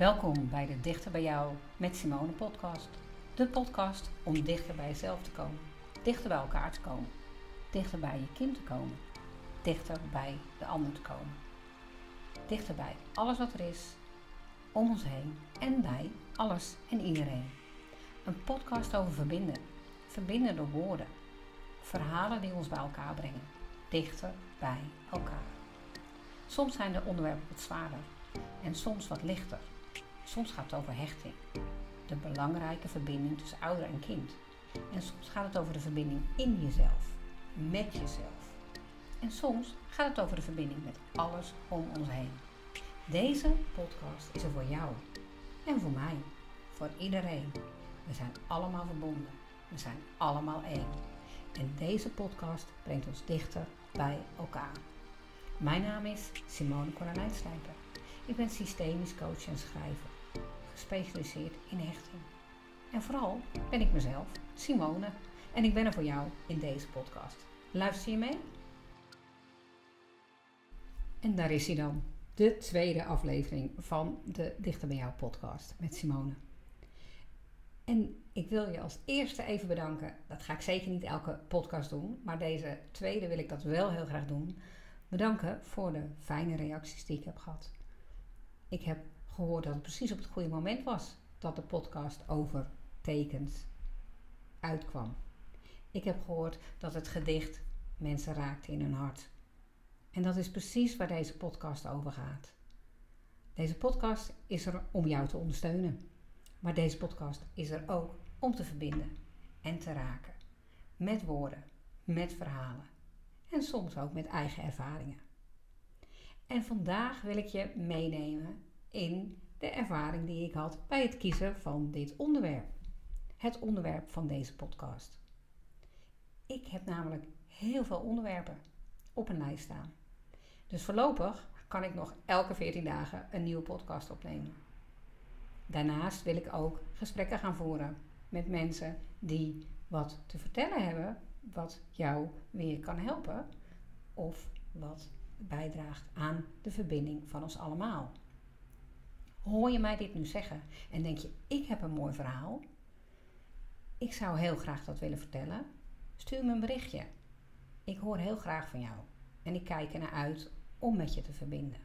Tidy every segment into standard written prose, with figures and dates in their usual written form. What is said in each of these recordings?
Welkom bij de Dichter bij jou met Simone podcast. De podcast om dichter bij jezelf te komen. Dichter bij elkaar te komen. Dichter bij je kind te komen. Dichter bij de ander te komen. Dichter bij alles wat er is, om ons heen en bij alles en iedereen. Een podcast over verbinden. Verbinden door woorden. Verhalen die ons bij elkaar brengen. Dichter bij elkaar. Soms zijn de onderwerpen wat zwaarder en soms wat lichter. Soms gaat het over hechting, de belangrijke verbinding tussen ouder en kind. En soms gaat het over de verbinding in jezelf, met jezelf. En soms gaat het over de verbinding met alles om ons heen. Deze podcast is er voor jou en voor mij, voor iedereen. We zijn allemaal verbonden, we zijn allemaal één. En deze podcast brengt ons dichter bij elkaar. Mijn naam is Simone Konijnslijper. Ik ben systemisch coach en schrijver, gespecialiseerd in hechting. En vooral ben ik mezelf, Simone, en ik ben er voor jou in deze podcast. Luister je mee? En daar is hij dan, de tweede aflevering van de Dichter bij jou podcast met Simone. En ik wil je als eerste even bedanken, dat ga ik zeker niet elke podcast doen, maar deze tweede wil ik dat wel heel graag doen. Bedanken voor de fijne reacties die ik heb gehad. Ik heb gehoord dat het precies op het goede moment was dat de podcast over tekens uitkwam. Ik heb gehoord dat het gedicht mensen raakte in hun hart. En dat is precies waar deze podcast over gaat. Deze podcast is er om jou te ondersteunen. Maar deze podcast is er ook om te verbinden en te raken. Met woorden, met verhalen en soms ook met eigen ervaringen. En vandaag wil ik je meenemen in de ervaring die ik had bij het kiezen van dit onderwerp. Het onderwerp van deze podcast. Ik heb namelijk heel veel onderwerpen op een lijst staan. Dus voorlopig kan ik nog elke 14 dagen een nieuwe podcast opnemen. Daarnaast wil ik ook gesprekken gaan voeren met mensen die wat te vertellen hebben, wat jou weer kan helpen of wat bijdraagt aan de verbinding van ons allemaal. Hoor je mij dit nu zeggen en denk je, ik heb een mooi verhaal? Ik zou heel graag dat willen vertellen. Stuur me een berichtje. Ik hoor heel graag van jou en ik kijk ernaar uit om met je te verbinden.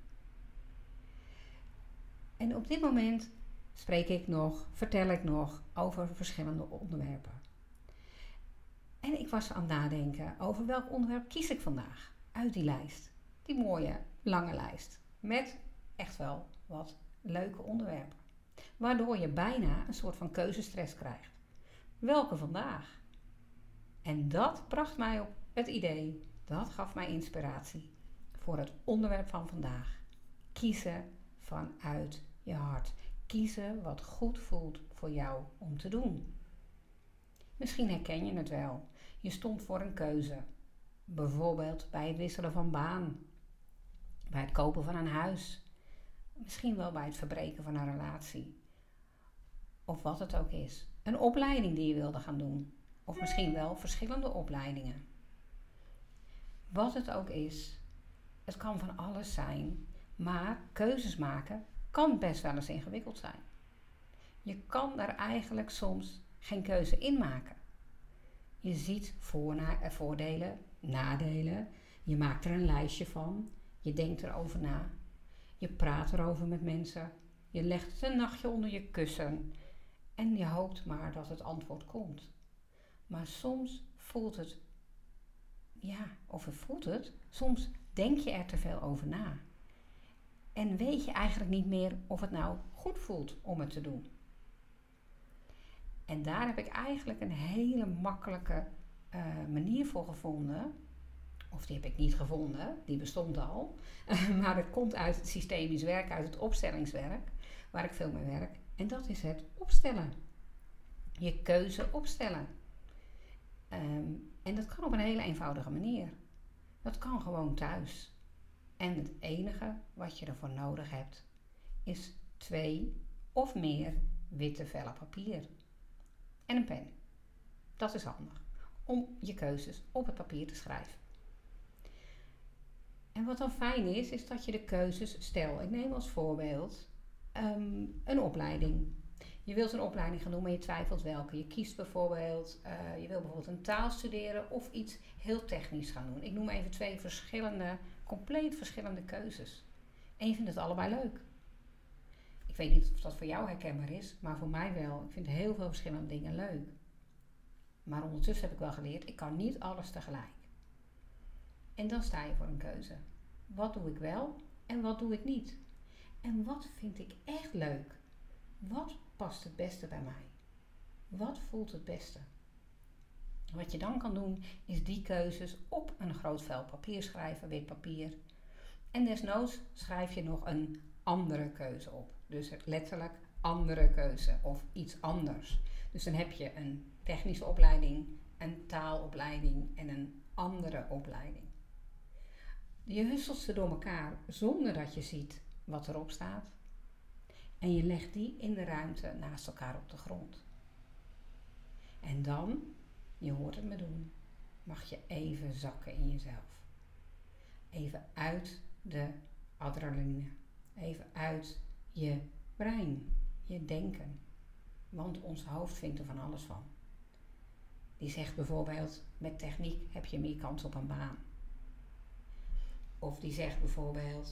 En op dit moment vertel ik nog over verschillende onderwerpen. En ik was aan het nadenken over welk onderwerp kies ik vandaag uit die lijst. Die mooie, lange lijst. Met echt wel wat leuke onderwerpen. Waardoor je bijna een soort van keuzestress krijgt. Welke vandaag? En dat bracht mij op het idee. Dat gaf mij inspiratie voor het onderwerp van vandaag. Kiezen vanuit je hart. Kiezen wat goed voelt voor jou om te doen. Misschien herken je het wel. Je stond voor een keuze. Bijvoorbeeld bij het wisselen van baan. Bij het kopen van een huis. Misschien wel bij het verbreken van een relatie. Of wat het ook is. Een opleiding die je wilde gaan doen. Of misschien wel verschillende opleidingen. Wat het ook is. Het kan van alles zijn. Maar keuzes maken kan best wel eens ingewikkeld zijn. Je kan er eigenlijk soms geen keuze in maken. Je ziet voordelen, nadelen. Je maakt er een lijstje van. Je denkt erover na. Je praat erover met mensen. Je legt het een nachtje onder je kussen. En je hoopt maar dat het antwoord komt. Maar soms voelt het. Soms denk je er te veel over na. En weet je eigenlijk niet meer of het nou goed voelt om het te doen. En daar heb ik eigenlijk een hele makkelijke manier voor gevonden. Of die heb ik niet gevonden, die bestond al. Maar het komt uit het systemisch werk, uit het opstellingswerk, waar ik veel mee werk. En dat is het opstellen. Je keuze opstellen. En dat kan op een hele eenvoudige manier. Dat kan gewoon thuis. En het enige wat je ervoor nodig hebt, is 2 of meer witte vellen papier. En een pen. Dat is handig. Om je keuzes op het papier te schrijven. En wat dan fijn is dat je de keuzes, stel ik neem als voorbeeld een opleiding. Je wilt een opleiding gaan doen, maar je twijfelt welke. Je kiest bijvoorbeeld, je wil bijvoorbeeld een taal studeren of iets heel technisch gaan doen. Ik noem even 2 compleet verschillende keuzes. En je vindt het allebei leuk. Ik weet niet of dat voor jou herkenbaar is, maar voor mij wel. Ik vind heel veel verschillende dingen leuk. Maar ondertussen heb ik wel geleerd, ik kan niet alles tegelijk. En dan sta je voor een keuze. Wat doe ik wel en wat doe ik niet? En wat vind ik echt leuk? Wat past het beste bij mij? Wat voelt het beste? Wat je dan kan doen, is die keuzes op een groot vel papier schrijven, wit papier. En desnoods schrijf je nog een andere keuze op. Dus letterlijk andere keuze of iets anders. Dus dan heb je een technische opleiding, een taalopleiding en een andere opleiding. Je husselt ze door elkaar zonder dat je ziet wat erop staat. En je legt die in de ruimte naast elkaar op de grond. En dan, je hoort het me doen, mag je even zakken in jezelf. Even uit de adrenaline. Even uit je brein, je denken. Want ons hoofd vindt er van alles van. Die zegt bijvoorbeeld, met techniek heb je meer kans op een baan. Of die zegt bijvoorbeeld,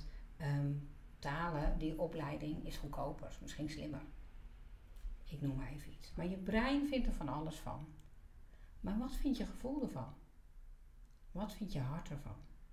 talen, die opleiding is goedkoper, is misschien slimmer. Ik noem maar even iets. Maar je brein vindt er van alles van. Maar wat vindt je gevoel ervan? Wat vindt je hart ervan?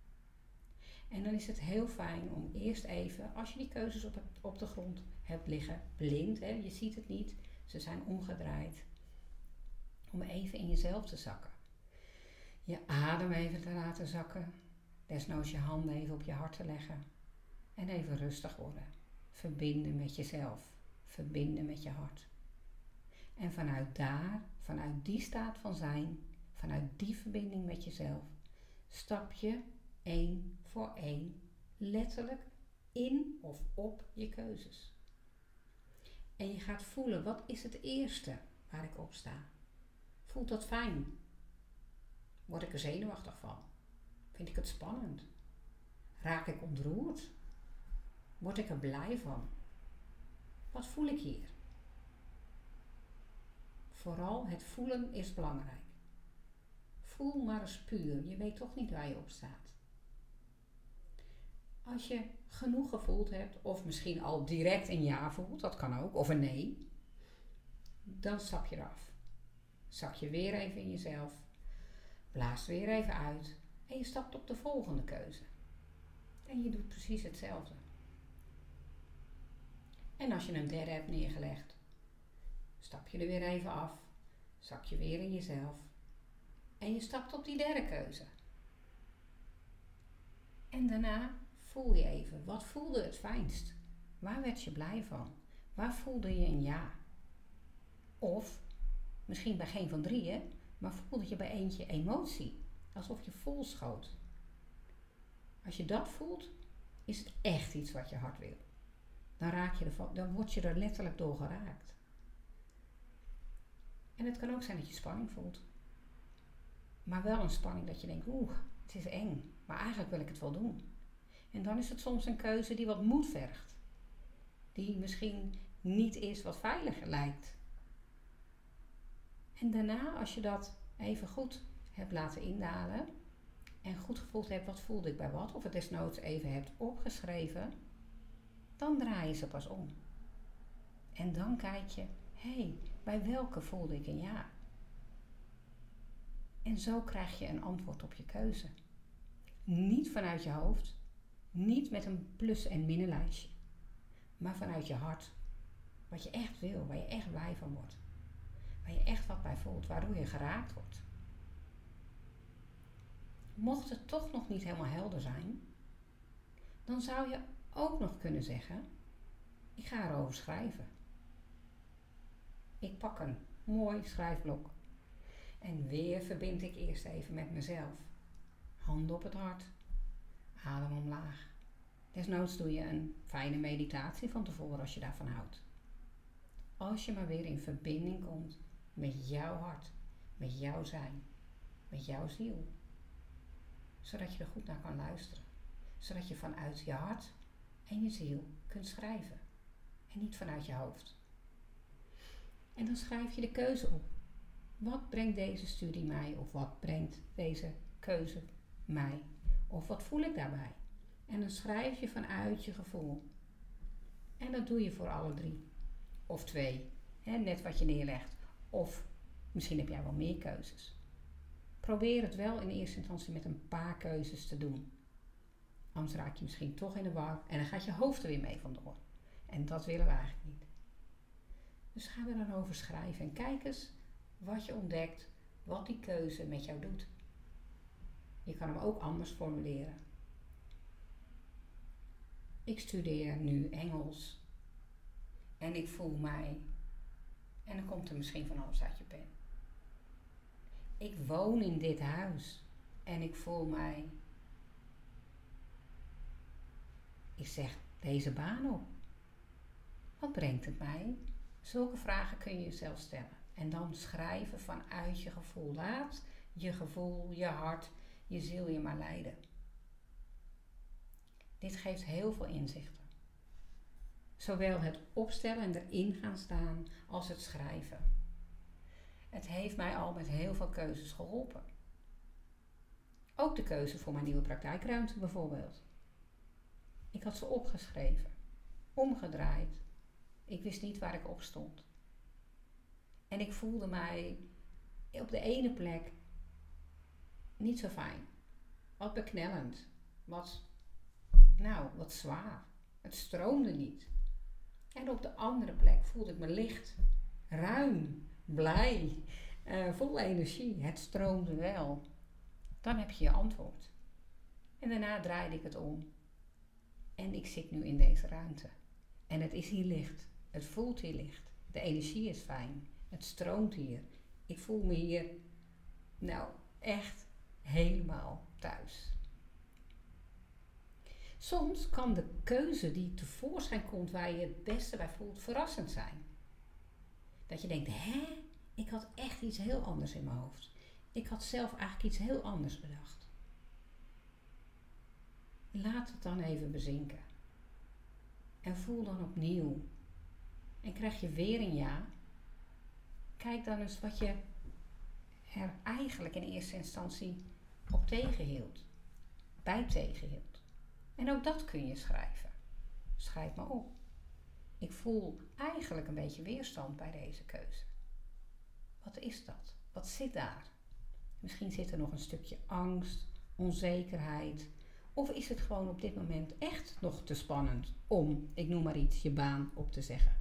En dan is het heel fijn om eerst even, als je die keuzes op de grond hebt liggen, blind, hè, je ziet het niet, ze zijn omgedraaid, om even in jezelf te zakken. Je adem even te laten zakken, desnoods je handen even op je hart te leggen en even rustig worden. Verbinden met jezelf, verbinden met je hart. En vanuit daar, vanuit die staat van zijn, vanuit die verbinding met jezelf, stap je 1 voor 1 letterlijk in of op je keuzes. En je gaat voelen, wat is het eerste waar ik op sta? Voelt dat fijn? Word ik er zenuwachtig van? Vind ik het spannend? Raak ik ontroerd? Word ik er blij van? Wat voel ik hier? Vooral het voelen is belangrijk. Voel maar eens puur, je weet toch niet waar je op staat. Als je genoeg gevoeld hebt, of misschien al direct een ja voelt, dat kan ook, of een nee, dan stap je eraf. Zak je weer even in jezelf, blaast weer even uit en je stapt op de volgende keuze. En je doet precies hetzelfde. En als je een derde hebt neergelegd, stap je er weer even af, zak je weer in jezelf en je stapt op die derde keuze. En daarna voel je even, wat voelde het fijnst? Waar werd je blij van? Waar voelde je een ja? Of, misschien bij geen van drieën, maar voelde je bij eentje emotie, alsof je vol schoot. Als je dat voelt, is het echt iets wat je hart wil. Dan word je er letterlijk door geraakt. En het kan ook zijn dat je spanning voelt. Maar wel een spanning dat je denkt, het is eng, maar eigenlijk wil ik het wel doen. En dan is het soms een keuze die wat moed vergt. Die misschien niet is wat veiliger lijkt. En daarna, als je dat even goed hebt laten indalen en goed gevoeld hebt, wat voelde ik bij wat, of het desnoods even hebt opgeschreven, dan draai je ze pas om. En dan kijk je, bij welke voelde ik een ja? En zo krijg je een antwoord op je keuze. Niet vanuit je hoofd, niet met een plus- en minnenlijstje, maar vanuit je hart. Wat je echt wil, waar je echt blij van wordt. Waar je echt wat bij voelt, waardoor je geraakt wordt. Mocht het toch nog niet helemaal helder zijn, dan zou je ook nog kunnen zeggen, ik ga erover schrijven. Ik pak een mooi schrijfblok en weer verbind ik eerst even met mezelf. Handen op het hart, adem omlaag. Desnoods doe je een fijne meditatie van tevoren als je daarvan houdt. Als je maar weer in verbinding komt met jouw hart, met jouw zijn, met jouw ziel. Zodat je er goed naar kan luisteren. Zodat je vanuit je hart en je ziel kunt schrijven. en niet vanuit je hoofd. En dan schrijf je de keuze op. Wat brengt deze studie mij? Of wat brengt deze keuze mij? Of wat voel ik daarbij? En dan schrijf je vanuit je gevoel. En dat doe je voor alle 3. Of 2. Net wat je neerlegt. Of misschien heb jij wel meer keuzes. Probeer het wel in eerste instantie met een paar keuzes te doen. Anders raak je misschien toch in de war en dan gaat je hoofd er weer mee vandoor. En dat willen we eigenlijk niet. Dus ga er dan over schrijven en kijk eens wat je ontdekt, wat die keuze met jou doet. Je kan hem ook anders formuleren. Ik studeer nu Engels en ik voel mij, en dan komt er misschien van alles uit je pen. Ik woon in dit huis en ik voel mij, ik zeg deze baan op. Wat brengt het mij? Zulke vragen kun je jezelf stellen. En dan schrijven vanuit je gevoel. Laat je gevoel, je hart, je ziel je maar leiden. Dit geeft heel veel inzichten. Zowel het opstellen en erin gaan staan als het schrijven. Het heeft mij al met heel veel keuzes geholpen. Ook de keuze voor mijn nieuwe praktijkruimte bijvoorbeeld. Ik had ze opgeschreven, omgedraaid. Ik wist niet waar ik op stond. En ik voelde mij op de ene plek niet zo fijn. Wat beknellend. Wat zwaar. Het stroomde niet. En op de andere plek voelde ik me licht, ruim, blij, vol energie. Het stroomde wel. Dan heb je je antwoord. En daarna draaide ik het om. En ik zit nu in deze ruimte. En het is hier licht. Het voelt hier licht. De energie is fijn. Het stroomt hier. Ik voel me hier echt helemaal thuis. Soms kan de keuze die tevoorschijn komt waar je het beste bij voelt verrassend zijn. Dat je denkt, ik had echt iets heel anders in mijn hoofd. Ik had zelf eigenlijk iets heel anders bedacht. Laat het dan even bezinken. En voel dan opnieuw. En krijg je weer een ja. Kijk dan eens wat je er eigenlijk in eerste instantie op tegenhield. Bij tegenhield. En ook dat kun je schrijven. Schrijf maar op. Ik voel eigenlijk een beetje weerstand bij deze keuze. Wat is dat? Wat zit daar? Misschien zit er nog een stukje angst, onzekerheid. Of is het gewoon op dit moment echt nog te spannend om, ik noem maar iets, je baan op te zeggen.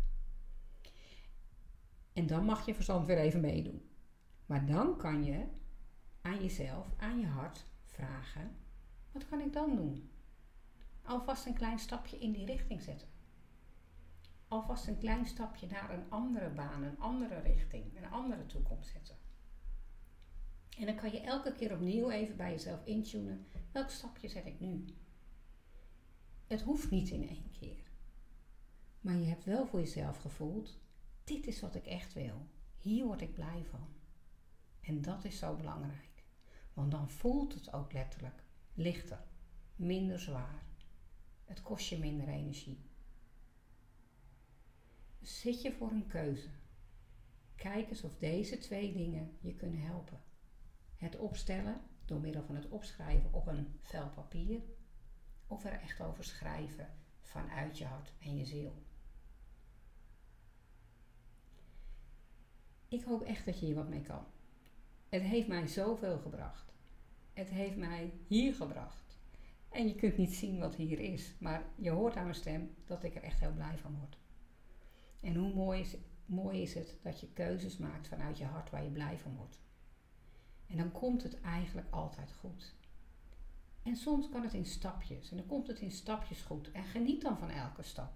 En dan mag je verstand weer even meedoen. Maar dan kan je aan jezelf, aan je hart vragen, wat kan ik dan doen? Alvast een klein stapje in die richting zetten. Alvast een klein stapje naar een andere baan, een andere richting, een andere toekomst zetten. En dan kan je elke keer opnieuw even bij jezelf intunen, welk stapje zet ik nu? Het hoeft niet in één keer. Maar je hebt wel voor jezelf gevoeld, dit is wat ik echt wil. Hier word ik blij van. En dat is zo belangrijk. Want dan voelt het ook letterlijk lichter, minder zwaar. Het kost je minder energie. Zit je voor een keuze? Kijk eens of deze 2 dingen je kunnen helpen. Het opstellen door middel van het opschrijven op een vel papier. Of er echt over schrijven vanuit je hart en je ziel. Ik hoop echt dat je hier wat mee kan. Het heeft mij zoveel gebracht. Het heeft mij hier gebracht. En je kunt niet zien wat hier is. Maar je hoort aan mijn stem dat ik er echt heel blij van word. En hoe mooi is het dat je keuzes maakt vanuit je hart waar je blij van wordt. En dan komt het eigenlijk altijd goed. En soms kan het in stapjes. En dan komt het in stapjes goed. En geniet dan van elke stap.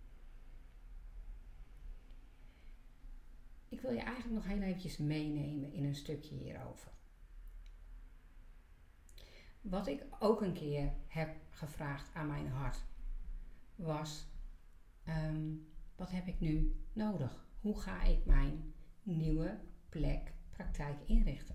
Ik wil je eigenlijk nog heel eventjes meenemen in een stukje hierover. Wat ik ook een keer heb gevraagd aan mijn hart was, wat heb ik nu nodig? Hoe ga ik mijn nieuwe plek praktijk inrichten?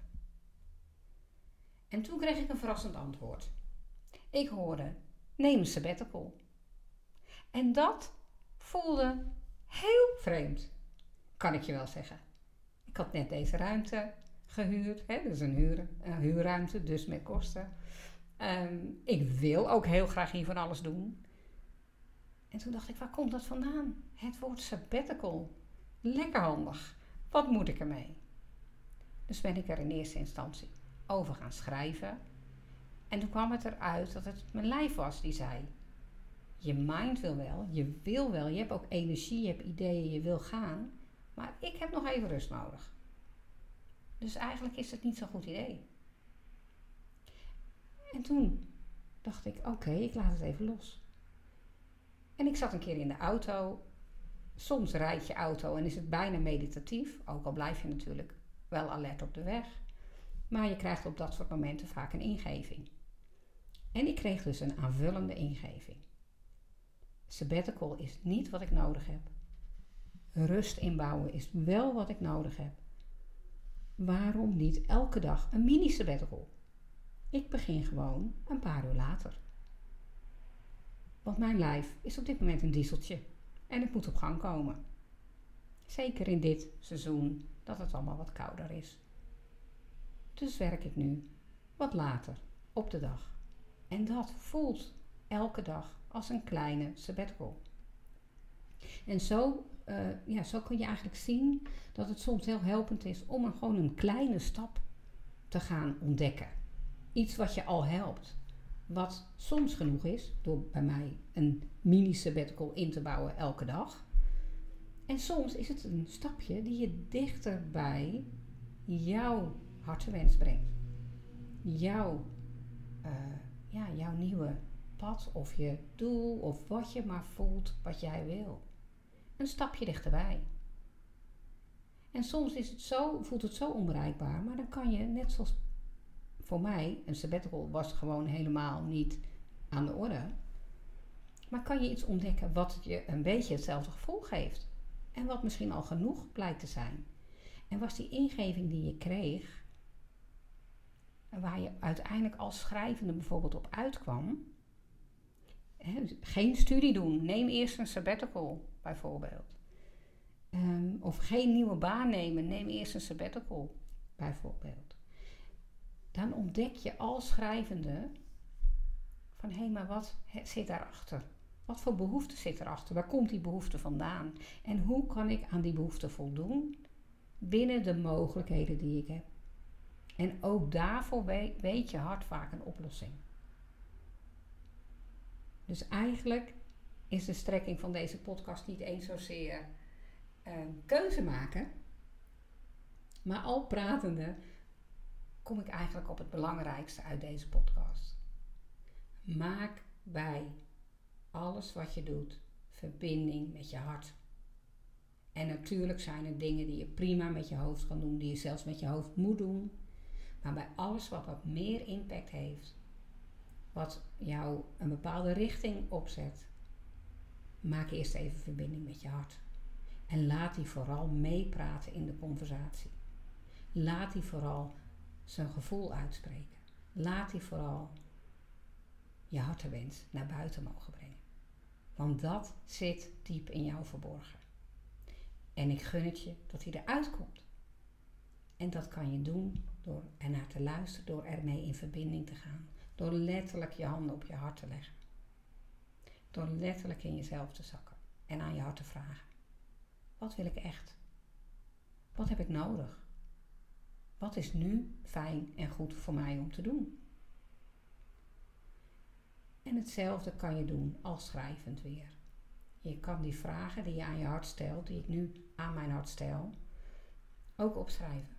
En toen kreeg ik een verrassend antwoord. Ik hoorde, neem een sabbatical. En dat voelde Heel vreemd, kan ik je wel zeggen. Ik had net deze ruimte gehuurd. Hè? Dat is een huurruimte, dus met kosten. Ik wil ook heel graag hier van alles doen. En toen dacht ik, waar komt dat vandaan? Het woord sabbatical. Lekker handig. Wat moet ik ermee? Dus ben ik er in eerste instantie over gaan schrijven. En toen kwam het eruit dat het mijn lijf was die zei: je mind wil wel, je hebt ook energie, je hebt ideeën, je wil gaan. Maar ik heb nog even rust nodig. Dus eigenlijk is het niet zo'n goed idee. En toen dacht ik, oké, ik laat het even los. En ik zat een keer in de auto. Soms rijd je auto en is het bijna meditatief. Ook al blijf je natuurlijk wel alert op de weg. Maar je krijgt op dat soort momenten vaak een ingeving. En ik kreeg dus een aanvullende ingeving. Sabbatical is niet wat ik nodig heb. Rust inbouwen is wel wat ik nodig heb. Waarom niet elke dag een mini sabbatical? Ik begin gewoon een paar uur later. Want mijn lijf is op dit moment een dieseltje. En het moet op gang komen. Zeker in dit seizoen dat het allemaal wat kouder is. Dus werk ik nu wat later op de dag. En dat voelt elke dag als een kleine sabbatical. En zo kun je eigenlijk zien dat het soms heel helpend is om gewoon een kleine stap te gaan ontdekken. Iets wat je al helpt. Wat soms genoeg is door bij mij een mini sabbatical in te bouwen elke dag. En soms is het een stapje die je dichter bij jouw hartewens brengt. Jouw nieuwe pad of je doel of wat je maar voelt wat jij wil. Een stapje dichterbij. En soms voelt het zo onbereikbaar, maar dan kan je, net zoals voor mij, een sabbatical was gewoon helemaal niet aan de orde. Maar kan je iets ontdekken wat je een beetje hetzelfde gevoel geeft. En wat misschien al genoeg blijkt te zijn. En was die ingeving die je kreeg, waar je uiteindelijk als schrijvende bijvoorbeeld op uitkwam. Geen studie doen, neem eerst een sabbatical bijvoorbeeld. Of geen nieuwe baan nemen, neem eerst een sabbatical bijvoorbeeld. Dan ontdek je als schrijvende van hé, maar wat zit daarachter? Wat voor behoefte zit erachter? Waar komt die behoefte vandaan? En hoe kan ik aan die behoefte voldoen binnen de mogelijkheden die ik heb? En ook daarvoor weet je hart vaak een oplossing. Dus eigenlijk is de strekking van deze podcast niet eens zozeer keuze maken. Maar al pratende kom ik eigenlijk op het belangrijkste uit deze podcast. Maak bij alles wat je doet verbinding met je hart. En natuurlijk zijn er dingen die je prima met je hoofd kan doen, die je zelfs met je hoofd moet doen. Maar bij alles wat meer impact heeft, wat jou een bepaalde richting opzet, maak eerst even verbinding met je hart. En laat die vooral meepraten in de conversatie. Laat die vooral zijn gevoel uitspreken. Laat die vooral je hartewens naar buiten mogen brengen. Want dat zit diep in jou verborgen. En ik gun het je dat hij eruit komt. En dat kan je doen door ernaar te luisteren, door ermee in verbinding te gaan. Door letterlijk je handen op je hart te leggen. Door letterlijk in jezelf te zakken en aan je hart te vragen. Wat wil ik echt? Wat heb ik nodig? Wat is nu fijn en goed voor mij om te doen? En hetzelfde kan je doen als schrijvend weer. Je kan die vragen die je aan je hart stelt, die ik nu aan mijn hart stel, ook opschrijven.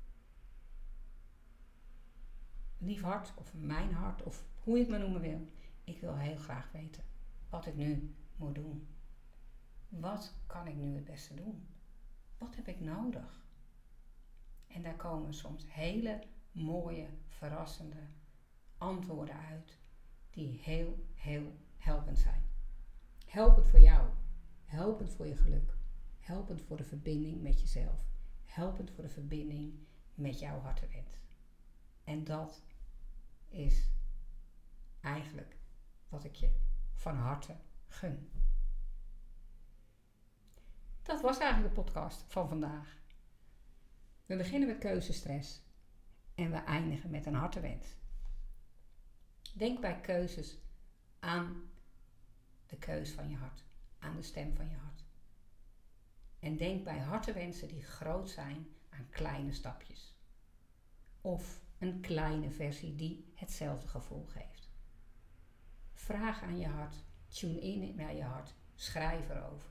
Lief hart of mijn hart of hoe je het maar noemen wil. Ik wil heel graag weten wat ik nu moet doen. Wat kan ik nu het beste doen? Wat heb ik nodig? En daar komen soms hele mooie, verrassende antwoorden uit die heel, heel helpend zijn. Helpend voor jou, helpend voor je geluk, helpend voor de verbinding met jezelf, helpend voor de verbinding met jouw hartewens. En dat is eigenlijk wat ik je van harte gun. Dat was eigenlijk de podcast van vandaag. We beginnen met keuzestress en we eindigen met een hartewens. Denk bij keuzes aan de keus van je hart, aan de stem van je hart. En denk bij hartewensen die groot zijn aan kleine stapjes. Of een kleine versie die hetzelfde gevoel geeft. Vraag aan je hart, tune in naar je hart, schrijf erover.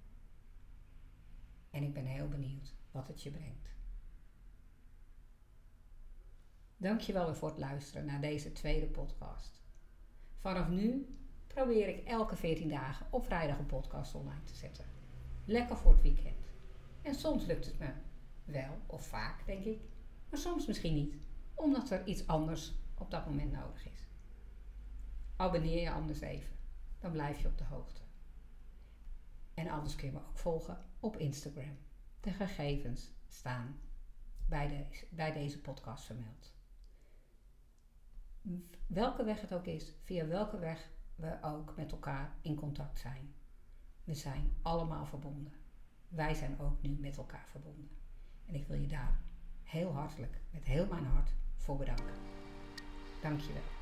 En ik ben heel benieuwd wat het je brengt. Dankjewel weer voor het luisteren naar deze tweede podcast. Vanaf nu probeer ik elke 14 dagen op vrijdag een podcast online te zetten. Lekker voor het weekend. En soms lukt het me wel, of vaak denk ik, maar soms misschien niet, omdat er iets anders op dat moment nodig is. Abonneer je anders even, dan blijf je op de hoogte. En anders kun je me ook volgen op Instagram. De gegevens staan bij deze podcast vermeld. Welke weg het ook is, via welke weg we ook met elkaar in contact zijn. We zijn allemaal verbonden. Wij zijn ook nu met elkaar verbonden. En ik wil je daar heel hartelijk, met heel mijn hart, voor bedanken. Dank je wel.